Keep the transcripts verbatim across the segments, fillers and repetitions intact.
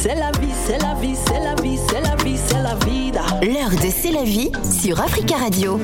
c'est la vie, c'est la vie, c'est la vie, c'est la vie, c'est la vida. L'heure de C'est la vie sur Africa Radio.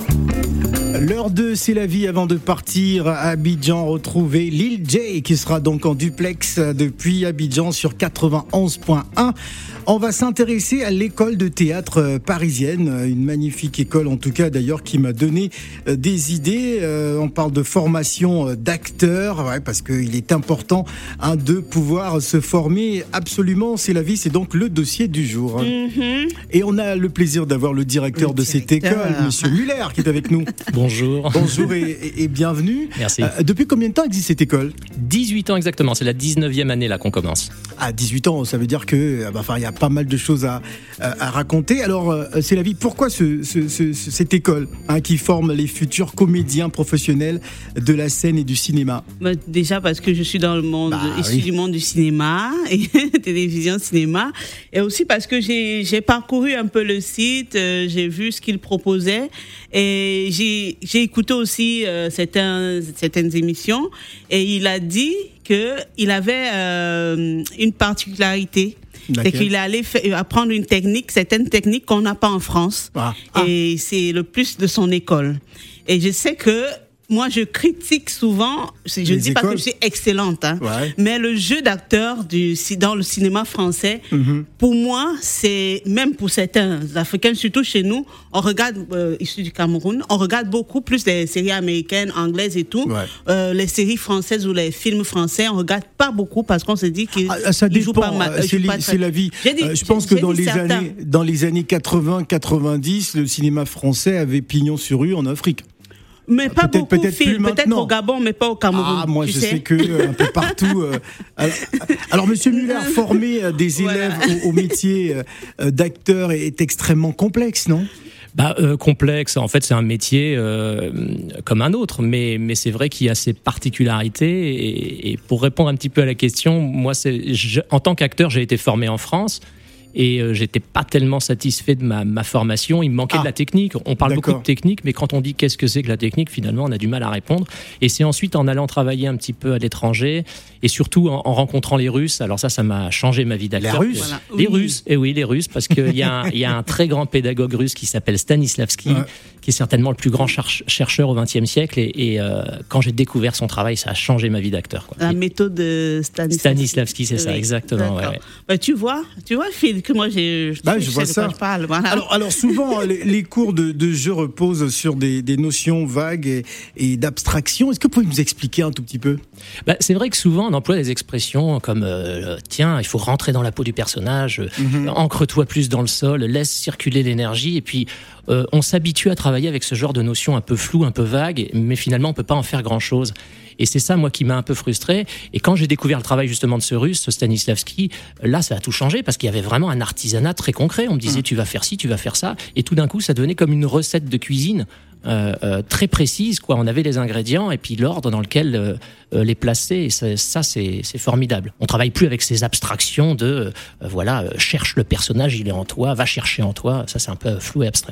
L'heure de C'est la vie avant de partir à Abidjan, retrouver Lil J qui sera donc en duplex depuis Abidjan sur quatre-vingt-onze point un. On va s'intéresser à l'école de théâtre parisienne, une magnifique école en tout cas d'ailleurs qui m'a donné des idées. On parle de formation d'acteurs, ouais, parce qu'il est important hein, de pouvoir se former absolument. C'est la vie, c'est donc le dossier du jour. Mm-hmm. Et on a le plaisir d'avoir le directeur le de directeur. cette école, Monsieur Muller, qui est avec nous. Bonjour. Bonjour et, et, et bienvenue. Merci. Euh, depuis combien de temps existe cette école ? dix-huit ans exactement, c'est la dix-neuvième année là qu'on commence. À dix-huit ans, ça veut dire que, bah, enfin, il y a pas mal de choses à, à, à raconter. Alors, euh, c'est la vie. Pourquoi ce, ce, ce, cette école hein, qui forme les futurs comédiens professionnels de la scène et du cinéma ? Bah, déjà parce que je suis dans le monde, bah, issu oui. du monde du cinéma, et télévision, cinéma, et aussi parce que j'ai, j'ai parcouru un peu le site, euh, j'ai vu ce qu'il proposait, et j'ai, j'ai écouté aussi euh, certains, certaines émissions, et il a dit qu'il avait euh, une particularité. Laquelle? C'est qu'il allait faire, apprendre une technique, certaines techniques qu'on n'a pas en France. Ah. Ah. Et c'est le plus de son école. Et je sais que moi, je critique souvent, je ne dis pas que je suis excellente, hein, ouais. mais le jeu d'acteur du, dans le cinéma français, mm-hmm. pour moi, c'est, même pour certains Africains, surtout chez nous, on regarde, euh, issus du Cameroun, on regarde beaucoup plus les séries américaines, anglaises et tout. Ouais. Euh, les séries françaises ou les films français, on regarde pas beaucoup parce qu'on se dit qu'ils ah, ça dépend, jouent pas mal. C'est, pas c'est la vie. Dit, euh, je pense que dans les, années, dans les années quatre-vingts quatre-vingt-dix, le cinéma français avait pignon sur rue en Afrique. Mais pas peut-être, beaucoup, peut-être, Phil, peut-être au Gabon, mais pas au Cameroun. Ah, moi, tu je sais, sais que euh, un peu partout. Euh, alors, alors, Monsieur Muller, former euh, des élèves voilà. au, au métier euh, d'acteur est, est extrêmement complexe, non ? Bah, euh, complexe, en fait c'est un métier euh, comme un autre, mais, mais c'est vrai qu'il y a ses particularités et, et pour répondre un petit peu à la question, moi c'est, je, en tant qu'acteur j'ai été formé en France et euh, j'étais pas tellement satisfait de ma, ma formation, il me manquait ah, de la technique, on parle d'accord. beaucoup de technique mais quand on dit qu'est-ce que c'est que la technique finalement on a du mal à répondre et c'est ensuite en allant travailler un petit peu à l'étranger et surtout en, en rencontrant les Russes, alors ça ça m'a changé ma vie d'acteur. Les Russes voilà. Les oui. Russes, et oui les Russes parce qu'il y, y a un très grand pédagogue russe qui s'appelle Stanislavski ouais. qui est certainement le plus grand cher- chercheur au vingtième siècle et, et euh, quand j'ai découvert son travail ça a changé ma vie d'acteur quoi. La et méthode de Stanislavski. Stanislavski c'est oui. ça exactement. Ouais, ouais. Bah, tu vois, tu vois Phil que moi j'ai, je, bah, je, je vois ça. Je parle, voilà. alors, alors souvent les, les cours de, de jeu reposent sur des, des notions vagues et, et d'abstraction. Est-ce que vous pouvez nous expliquer un tout petit peu ? Bah, c'est vrai que souvent on emploie des expressions comme euh, tiens il faut rentrer dans la peau du personnage, mm-hmm. ancre-toi plus dans le sol, laisse circuler l'énergie et puis euh, on s'habitue à travailler avec ce genre de notions un peu floues, un peu vagues, mais finalement on peut pas en faire grand chose. Et c'est ça, moi, qui m'a un peu frustré. Et quand j'ai découvert le travail, justement, de ce Russe, ce Stanislavski, là, ça a tout changé parce qu'il y avait vraiment un artisanat très concret. On me disait, mmh. tu vas faire ci, tu vas faire ça. Et tout d'un coup, ça devenait comme une recette de cuisine euh, euh, très précise, quoi. On avait les ingrédients et puis l'ordre dans lequel euh, euh, les placer. Et ça, ça c'est, c'est formidable. On travaille plus avec ces abstractions de, euh, voilà, euh, cherche le personnage, il est en toi, va chercher en toi. Ça, c'est un peu flou et abstrait.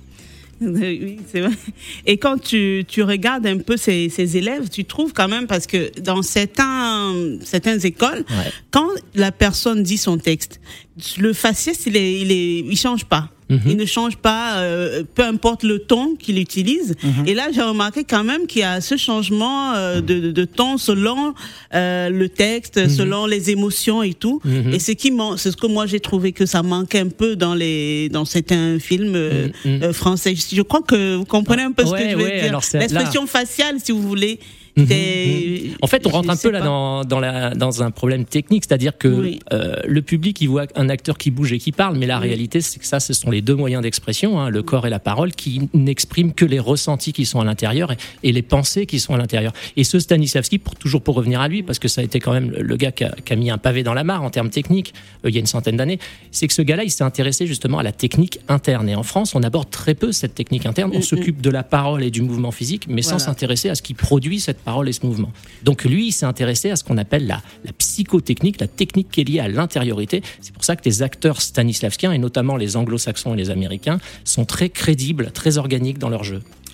Oui, c'est vrai. Et quand tu, tu regardes un peu ces, ces élèves, tu trouves quand même, parce que dans certains, certaines écoles, ouais. quand la personne dit son texte, le faciès, il est, il est, il change pas. Mm-hmm. Il ne change pas, euh, peu importe le ton qu'il utilise. Mm-hmm. Et là, j'ai remarqué quand même qu'il y a ce changement euh, de, de, de ton selon euh, le texte, mm-hmm. selon les émotions et tout. Mm-hmm. Et ce qui man- c'est ce que moi j'ai trouvé que ça manquait un peu dans les dans certains films euh, mm-hmm. euh, français. Je, je crois que vous comprenez un peu ce ouais, que je veux ouais, dire. Alors l'expression là... faciale, si vous voulez. Mmh, mmh. En fait, on rentre un peu là dans, dans, la, dans un problème technique, c'est-à-dire que oui. euh, le public, il voit un acteur qui bouge et qui parle, mais la oui. réalité, c'est que ça, ce sont les deux moyens d'expression, hein, le corps et la parole, qui n'expriment que les ressentis qui sont à l'intérieur et, et les pensées qui sont à l'intérieur. Et ce Stanislavski, pour, toujours pour revenir à lui, parce que ça a été quand même le gars qui a, qui a mis un pavé dans la mare en termes techniques, euh, il y a une centaine d'années, c'est que ce gars-là, il s'est intéressé justement à la technique interne. Et en France, on aborde très peu cette technique interne. On mmh, s'occupe mmh. de la parole et du mouvement physique, mais voilà. sans s'intéresser à ce qui produit cette parole et ce mouvement. Donc lui, il s'est intéressé à ce qu'on appelle la, la psychotechnique, la technique qui est liée à l'intériorité. C'est pour ça que les acteurs stanislavskiens, et notamment les anglo-saxons et les américains, sont très crédibles, très organiques dans leur jeu.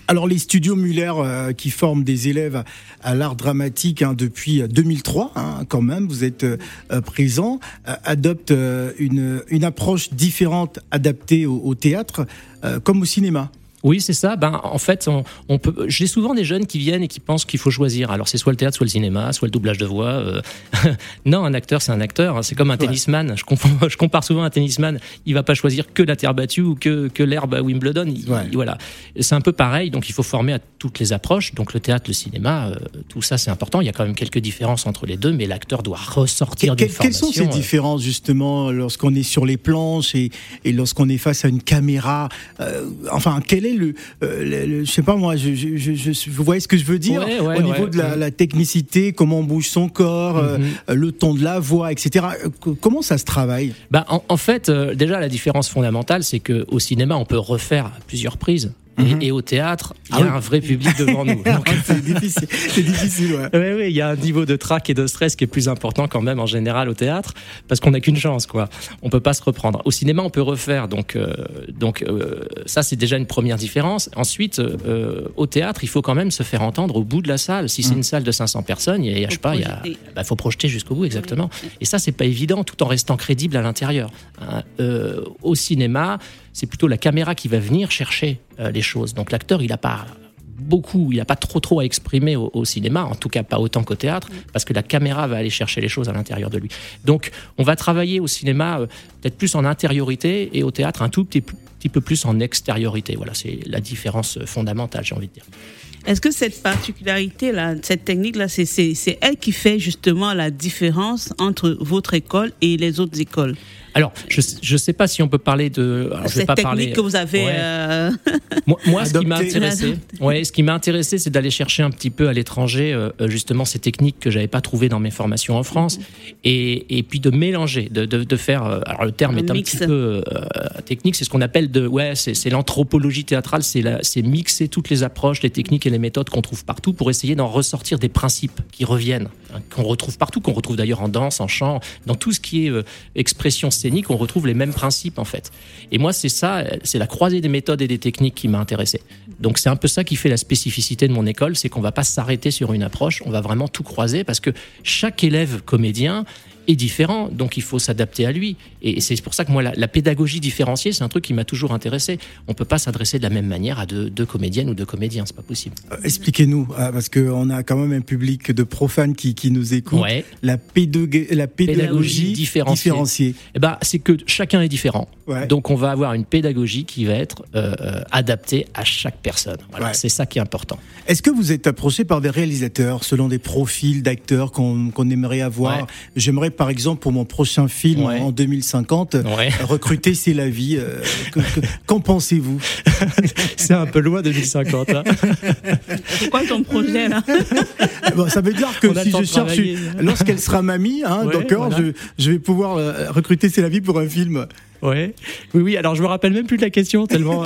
Alors les studios Muller euh, qui forment des élèves à, à l'art dramatique hein, depuis deux mille trois, hein, quand même, vous êtes euh, présent, euh, adoptent euh, une, une approche différente adaptée au, au théâtre euh, comme au cinéma. Oui, c'est ça. Ben, en fait, on, on peut. J'ai souvent des jeunes qui viennent et qui pensent qu'il faut choisir. Alors, c'est soit le théâtre, soit le cinéma, soit le doublage de voix. Euh... non, un acteur, c'est un acteur. C'est comme un ouais. tennisman. Je compare, je compare souvent un tennisman. Il va pas choisir que la terre battue ou que que l'herbe à Wimbledon. Il, ouais. il, voilà. C'est un peu pareil. Donc, il faut former à toutes les approches. Donc, le théâtre, le cinéma, euh, tout ça, c'est important. Il y a quand même quelques différences entre les deux, mais l'acteur doit ressortir que, d'une formation. Quelles sont ces différences justement lorsqu'on est sur les planches et, et lorsqu'on est face à une caméra euh, Enfin, quel est le euh, Le, le, je sais pas moi, je, je, je, je, vous voyez ce que je veux dire ouais, ouais, au niveau ouais, de la, ouais. la technicité, comment on bouge son corps, mm-hmm. euh, le ton de la voix, et cetera. Comment ça se travaille ? Bah, en, en fait, euh, déjà la différence fondamentale, c'est que au cinéma, on peut refaire à plusieurs prises. Mm-hmm. Et, et au théâtre, il y a ah oui. un vrai public devant nous. Donc... c'est difficile, c'est difficile, ouais. Oui, oui, il y a un niveau de trac et de stress qui est plus important quand même en général au théâtre, parce qu'on n'a qu'une chance, quoi. On peut pas se reprendre. Au cinéma, on peut refaire, donc, euh, donc euh, ça c'est déjà une première différence. Ensuite, euh, au théâtre, il faut quand même se faire entendre au bout de la salle. Si c'est une salle de cinq cents personnes, il y a, je sais pas, il y a, bah, faut projeter jusqu'au bout, exactement. Et ça, c'est pas évident, tout en restant crédible à l'intérieur. Euh, au cinéma, c'est plutôt la caméra qui va venir chercher euh, les choses. Donc l'acteur, il n'a pas beaucoup, il n'a pas trop trop à exprimer au, au cinéma, en tout cas pas autant qu'au théâtre, parce que la caméra va aller chercher les choses à l'intérieur de lui. Donc on va travailler au cinéma euh, peut-être plus en intériorité et au théâtre un tout petit, petit peu plus en extériorité. Voilà, c'est la différence fondamentale, j'ai envie de dire. Est-ce que cette particularité-là, cette technique-là, c'est, c'est, c'est elle qui fait justement la différence entre votre école et les autres écoles ? Alors, je ne sais pas si on peut parler de... Alors, cette je vais pas technique parler, que vous avez... Ouais. Euh... Moi, moi ce qui m'a intéressé, ouais, ce qui m'a intéressé, c'est d'aller chercher un petit peu à l'étranger, euh, justement, ces techniques que je n'avais pas trouvées dans mes formations en France, mm-hmm. et, et puis de mélanger, de, de, de faire... Euh, alors, le terme un est un mix. petit peu euh, technique, c'est ce qu'on appelle de... Ouais, c'est, c'est l'anthropologie théâtrale, c'est, la, c'est mixer toutes les approches, les techniques et les méthodes qu'on trouve partout pour essayer d'en ressortir des principes qui reviennent, hein, qu'on retrouve partout, qu'on retrouve d'ailleurs en danse, en chant, dans tout ce qui est euh, expression scénique, on retrouve les mêmes principes en fait. Et moi c'est ça, c'est la croisée des méthodes et des techniques qui m'a intéressé. Donc c'est un peu ça qui fait la spécificité de mon école, c'est qu'on va pas s'arrêter sur une approche, on va vraiment tout croiser parce que chaque élève comédien est différent, donc il faut s'adapter à lui. Et c'est pour ça que moi, la, la pédagogie différenciée, c'est un truc qui m'a toujours intéressé. On peut pas s'adresser de la même manière à deux, deux comédiennes ou deux comédiens, c'est pas possible. Euh, expliquez-nous, euh, parce qu'on a quand même un public de profanes qui, qui nous écoute. Ouais. La, pédago- la pédagogie, pédagogie différenciée. différenciée. Eh ben, c'est que chacun est différent. Ouais. Donc on va avoir une pédagogie qui va être euh, euh, adaptée à chaque personne. Voilà, ouais. C'est ça qui est important. Est-ce que vous êtes approché par des réalisateurs selon des profils d'acteurs qu'on, qu'on aimerait avoir ? Ouais. J'aimerais par exemple pour mon prochain film ouais. en deux mille cinquante ouais. recruter C'est la vie. Euh, que, que, qu'en pensez-vous ? C'est un peu loin deux mille cinquante. Hein. C'est quoi ton projet là ? Bon, ça veut dire que on si je cherche, une, lorsqu'elle sera mamie, hein, ouais, d'accord, voilà. je, je vais pouvoir euh, recruter C'est la vie pour un film. Ouais. Oui, oui. Alors je me rappelle même plus de la question tellement.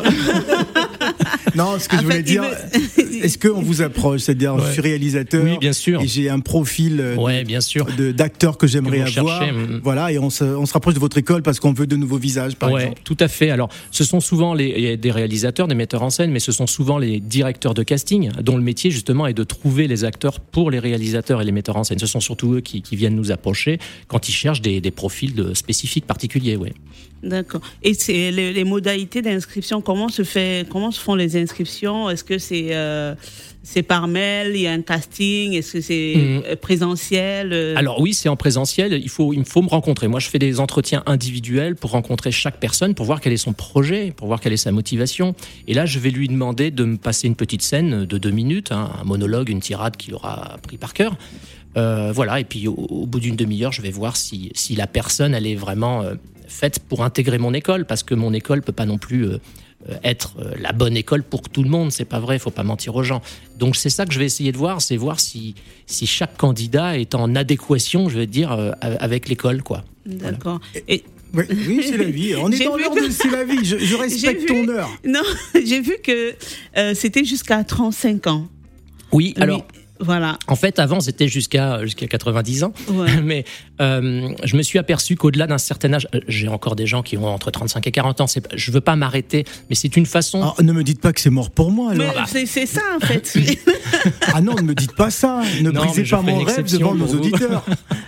Non, ce que en je voulais fait, dire, veut... est-ce qu'on vous approche, c'est-à-dire ouais. je suis réalisateur, oui, bien sûr. Et j'ai un profil de, ouais, bien sûr. De, d'acteur que j'aimerais que avoir, cherchez. Voilà, et on se, on se rapproche de votre école parce qu'on veut de nouveaux visages, par ouais, exemple. Tout à fait. Alors, ce sont souvent les, des réalisateurs, des metteurs en scène, mais ce sont souvent les directeurs de casting, dont le métier justement est de trouver les acteurs pour les réalisateurs et les metteurs en scène. Ce sont surtout eux qui, qui viennent nous approcher quand ils cherchent des, des profils de, spécifiques, particuliers, oui. D'accord. Et c'est les, les modalités d'inscription, comment se fait, comment se font les inscriptions ? Est-ce que c'est euh, c'est par mail, il y a un casting, est-ce que c'est mmh. présentiel ? Alors oui, c'est en présentiel. Il faut il faut me rencontrer. Moi, je fais des entretiens individuels pour rencontrer chaque personne, pour voir quel est son projet, pour voir quelle est sa motivation. Et là, je vais lui demander de me passer une petite scène de deux minutes, hein, un monologue, une tirade qu'il aura appris par cœur. Euh, voilà. Et puis au, au bout d'une demi-heure, je vais voir si si la personne elle est vraiment euh, faite pour intégrer mon école, parce que mon école peut pas non plus euh, être euh, la bonne école pour tout le monde, c'est pas vrai, faut pas mentir aux gens. Donc c'est ça que je vais essayer de voir, c'est voir si si chaque candidat est en adéquation, je veux dire, euh, avec l'école, quoi. D'accord. Voilà. Et oui, oui, c'est la vie. On est j'ai dans l'heure que... de C'est la vie. Je, je respecte vu... ton heure. Non, j'ai vu que euh, c'était jusqu'à trente-cinq ans. Oui, alors. Voilà. En fait, avant, c'était jusqu'à jusqu'à quatre-vingt-dix ans. Ouais. Mais euh, je me suis aperçu qu'au-delà d'un certain âge, j'ai encore des gens qui ont entre trente-cinq et quarante ans. C'est, je veux pas m'arrêter, mais c'est une façon. Alors, ne me dites pas que c'est mort pour moi. Alors. Mais c'est, c'est ça en fait. Ah non, ne me dites pas ça. Ne non, brisez pas mon rêve devant nos auditeurs.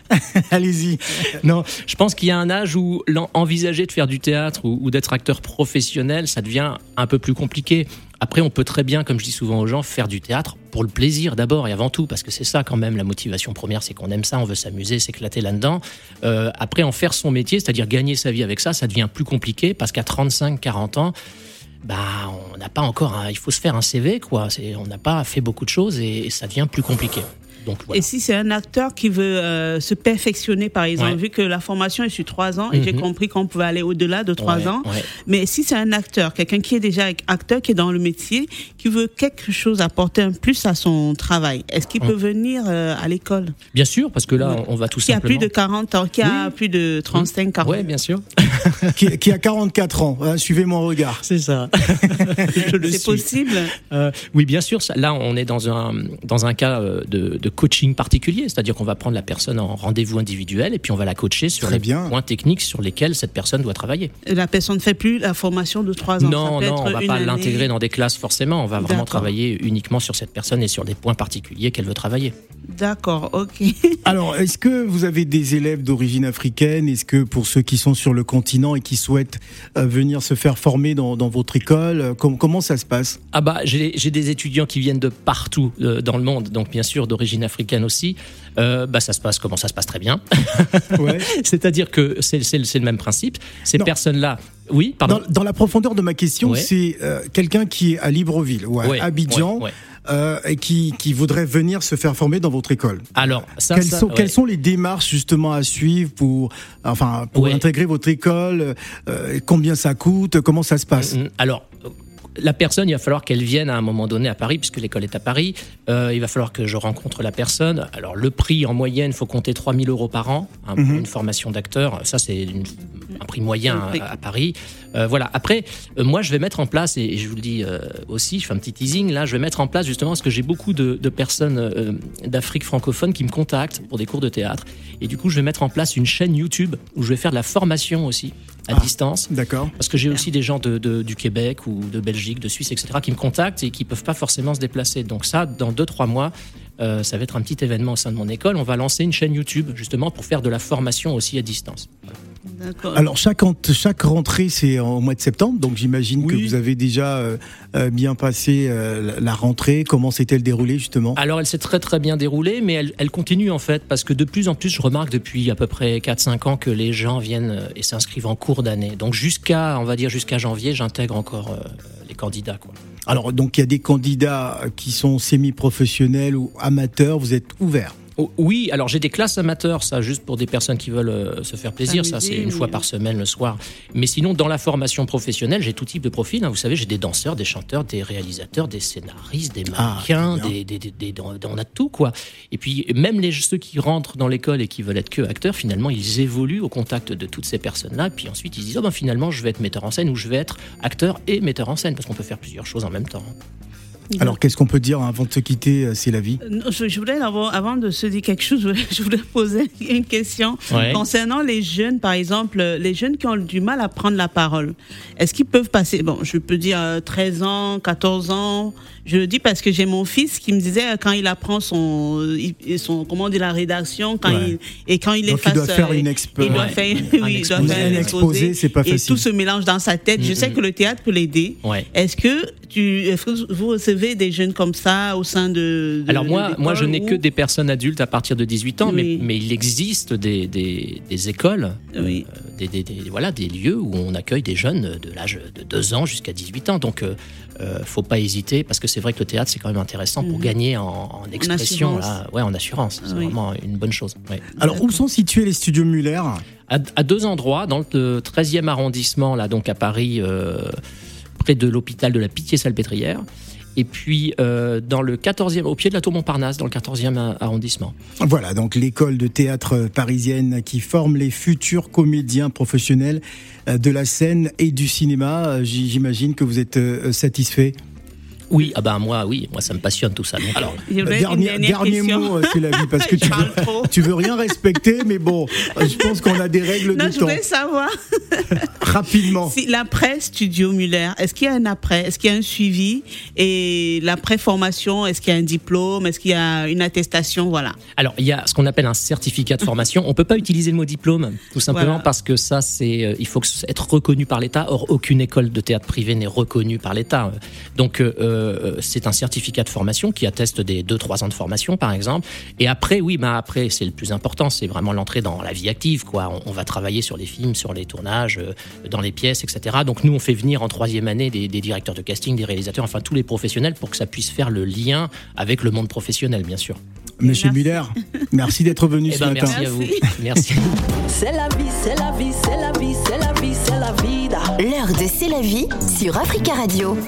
Allez-y. Non, je pense qu'il y a un âge où envisager de faire du théâtre ou, ou d'être acteur professionnel, ça devient un peu plus compliqué. Après, on peut très bien, comme je dis souvent aux gens, faire du théâtre pour le plaisir d'abord et avant tout, parce que c'est ça quand même la motivation première, c'est qu'on aime ça, on veut s'amuser, s'éclater là-dedans. Euh, après, en faire son métier, c'est-à-dire gagner sa vie avec ça, ça devient plus compliqué parce qu'à trente-cinq quarante ans, bah, on n'a pas encore, un, il faut se faire un C V, quoi. C'est, on n'a pas fait beaucoup de choses et, et ça devient plus compliqué. Donc, voilà. Et si c'est un acteur qui veut euh, se perfectionner, par exemple, ouais. vu que la formation est sur trois ans, et mm-hmm. j'ai compris qu'on pouvait aller au-delà de trois ouais, ans, ouais. mais si c'est un acteur, quelqu'un qui est déjà acteur, qui est dans le métier, qui veut quelque chose apporter un plus à son travail, est-ce qu'il mm. peut venir euh, à l'école ? Bien sûr, parce que là, on va tout qui simplement... Qui a plus de quarante ans, qui a oui. plus de trente-cinq, quarante ans. Oui, bien sûr. qui, qui a quarante-quatre ans, hein, suivez mon regard. C'est ça. Je le c'est suis. Possible euh, Oui, bien sûr. Ça, là, on est dans un, dans un cas de, de coaching particulier, c'est-à-dire qu'on va prendre la personne en rendez-vous individuel et puis on va la coacher sur Très les bien. points techniques sur lesquels cette personne doit travailler. La personne ne fait plus la formation de trois ans. Non, ça peut non, on ne va pas année. l'intégrer dans des classes forcément. On va vraiment D'accord. travailler uniquement sur cette personne et sur des points particuliers qu'elle veut travailler. D'accord, ok. Alors, est-ce que vous avez des élèves d'origine africaine ? Est-ce que pour ceux qui sont sur le continent et qui souhaitent euh, venir se faire former dans, dans votre école, euh, com- comment ça se passe ? Ah bah, j'ai, j'ai des étudiants qui viennent de partout euh, dans le monde, donc bien sûr d'origine africaine aussi. Euh, bah ça se passe comment ça se passe très bien. Ouais. C'est-à-dire que c'est, c'est, c'est le même principe. Ces non. personnes-là, oui, pardon. Dans, dans la profondeur de ma question, ouais. c'est euh, quelqu'un qui est à Libreville ou à ouais. Abidjan. Ouais. Ouais. Euh, et qui, qui voudrait venir se faire former dans votre école. Alors, ça, quelles, ça, sont, ouais. quelles sont les démarches justement à suivre pour, enfin, pour ouais. intégrer votre école ? euh, Combien ça coûte ? Comment ça se passe ? Alors, la personne, il va falloir qu'elle vienne à un moment donné à Paris, puisque l'école est à Paris. Euh, il va falloir que je rencontre la personne. Alors, le prix, en moyenne, il faut compter trois mille euros par an hein, pour mm-hmm. une formation d'acteur. Ça, c'est une, un prix moyen à, à Paris. Euh, voilà. Après, euh, moi, je vais mettre en place, et, et je vous le dis euh, aussi, je fais un petit teasing, là, je vais mettre en place justement, parce que j'ai beaucoup de, de personnes euh, d'Afrique francophone qui me contactent pour des cours de théâtre. Et du coup, je vais mettre en place une chaîne YouTube où je vais faire de la formation aussi, à ah, distance. D'accord. Parce que j'ai aussi des gens de, de, du Québec ou de Belgique, de Suisse, et cetera, qui me contactent et qui ne peuvent pas forcément se déplacer. Donc ça, dans deux trois mois, euh, ça va être un petit événement au sein de mon école. On va lancer une chaîne YouTube, justement, pour faire de la formation aussi à distance. D'accord. Alors, chaque, chaque rentrée, c'est au mois de septembre. Donc, j'imagine oui. que vous avez déjà euh, bien passé euh, la rentrée. Comment s'est-elle déroulée, justement ? Alors, elle s'est très, très bien déroulée, mais elle, elle continue, en fait, parce que de plus en plus, je remarque depuis à peu près quatre cinq ans que les gens viennent et s'inscrivent en cours d'année. Donc, jusqu'à, on va dire, jusqu'à janvier, j'intègre encore euh, les candidats, quoi. Alors, donc, il y a des candidats qui sont semi-professionnels ou amateurs. Vous êtes ouverts ? Oh, oui, alors j'ai des classes amateurs, ça, juste pour des personnes qui veulent euh, se faire plaisir. Amusé, ça, c'est une oui. fois par semaine, le soir. Mais sinon, dans la formation professionnelle, j'ai tout type de profil. Hein. Vous savez, j'ai des danseurs, des chanteurs, des réalisateurs, des scénaristes, des mannequins, ah, des, des, des, des, des, on a tout, quoi. Et puis, même les, ceux qui rentrent dans l'école et qui veulent être que acteurs, finalement, ils évoluent au contact de toutes ces personnes-là. Puis ensuite, ils disent, oh ben finalement, je vais être metteur en scène ou je vais être acteur et metteur en scène, parce qu'on peut faire plusieurs choses en même temps. Alors, qu'est-ce qu'on peut dire avant de se quitter, C'est la vie ? Je voulais, avant de se dire quelque chose, je voulais poser une question ouais. concernant les jeunes, par exemple, les jeunes qui ont du mal à prendre la parole. Est-ce qu'ils peuvent passer, bon, je peux dire treize ans, quatorze ans, je le dis parce que j'ai mon fils qui me disait quand il apprend son, son comment on dit, la rédaction, quand ouais. il, et quand il Donc est face... il doit faire une expo. Il doit ouais. faire, oui, un il doit faire un exposé, c'est pas facile. Et tout se mélange dans sa tête. Mm-hmm. Je sais que le théâtre peut l'aider. Ouais. Est-ce que tu, est-ce que vous recevez des jeunes comme ça au sein de, de Alors moi, de moi je n'ai ou... que des personnes adultes à partir de dix-huit ans, oui. mais, mais il existe des, des, des écoles, oui. euh, des, des, des, voilà, des lieux où on accueille des jeunes de l'âge de deux ans jusqu'à dix-huit ans. Donc, euh, euh, faut pas hésiter, parce que c'est vrai que le théâtre, c'est quand même intéressant pour mmh. gagner en, en expression. En assurance. Là, ouais, en assurance. C'est oui. vraiment une bonne chose. Ouais. Alors, D'accord. où sont situés les studios Muller ? à, à deux endroits, dans le treizième arrondissement, là, donc à Paris, euh, près de l'hôpital de la Pitié-Salpêtrière. Et puis euh, dans le quatorzième, au pied de la tour Montparnasse, dans le quatorzième arrondissement. Voilà, donc l'école de théâtre parisienne qui forme les futurs comédiens professionnels de la scène et du cinéma. J'imagine que vous êtes satisfait. Oui, ah ben moi, oui, moi ça me passionne tout ça. Donc, alors, dernier dernier mot, c'est la vie, parce que tu veux, tu veux rien respecter, mais bon, je pense qu'on a des règles non, de je temps. Je voudrais savoir rapidement. Si l'après Studio Muller, est-ce qu'il y a un après, est-ce qu'il y a un suivi, et l'après formation, est-ce qu'il y a un diplôme, est-ce qu'il y a une attestation, voilà. Alors il y a ce qu'on appelle un certificat de formation. On peut pas utiliser le mot diplôme, tout simplement voilà. parce que ça, c'est, euh, il faut être reconnu par l'État. Or, aucune école de théâtre privée n'est reconnue par l'État. Donc euh, c'est un certificat de formation qui atteste des deux trois ans de formation, par exemple. Et après, oui, bah après, c'est le plus important, c'est vraiment l'entrée dans la vie active, quoi. On, on va travailler sur les films, sur les tournages, euh, dans les pièces, et cetera. Donc nous, on fait venir en troisième année des, des directeurs de casting, des réalisateurs, enfin tous les professionnels, pour que ça puisse faire le lien avec le monde professionnel, bien sûr. Monsieur merci. Muller, merci d'être venu eh ce ben, matin. Merci à vous. Merci. C'est la vie, c'est la vie, c'est la vie, c'est la vie, c'est la vie. L'heure de C'est la vie sur Africa Radio.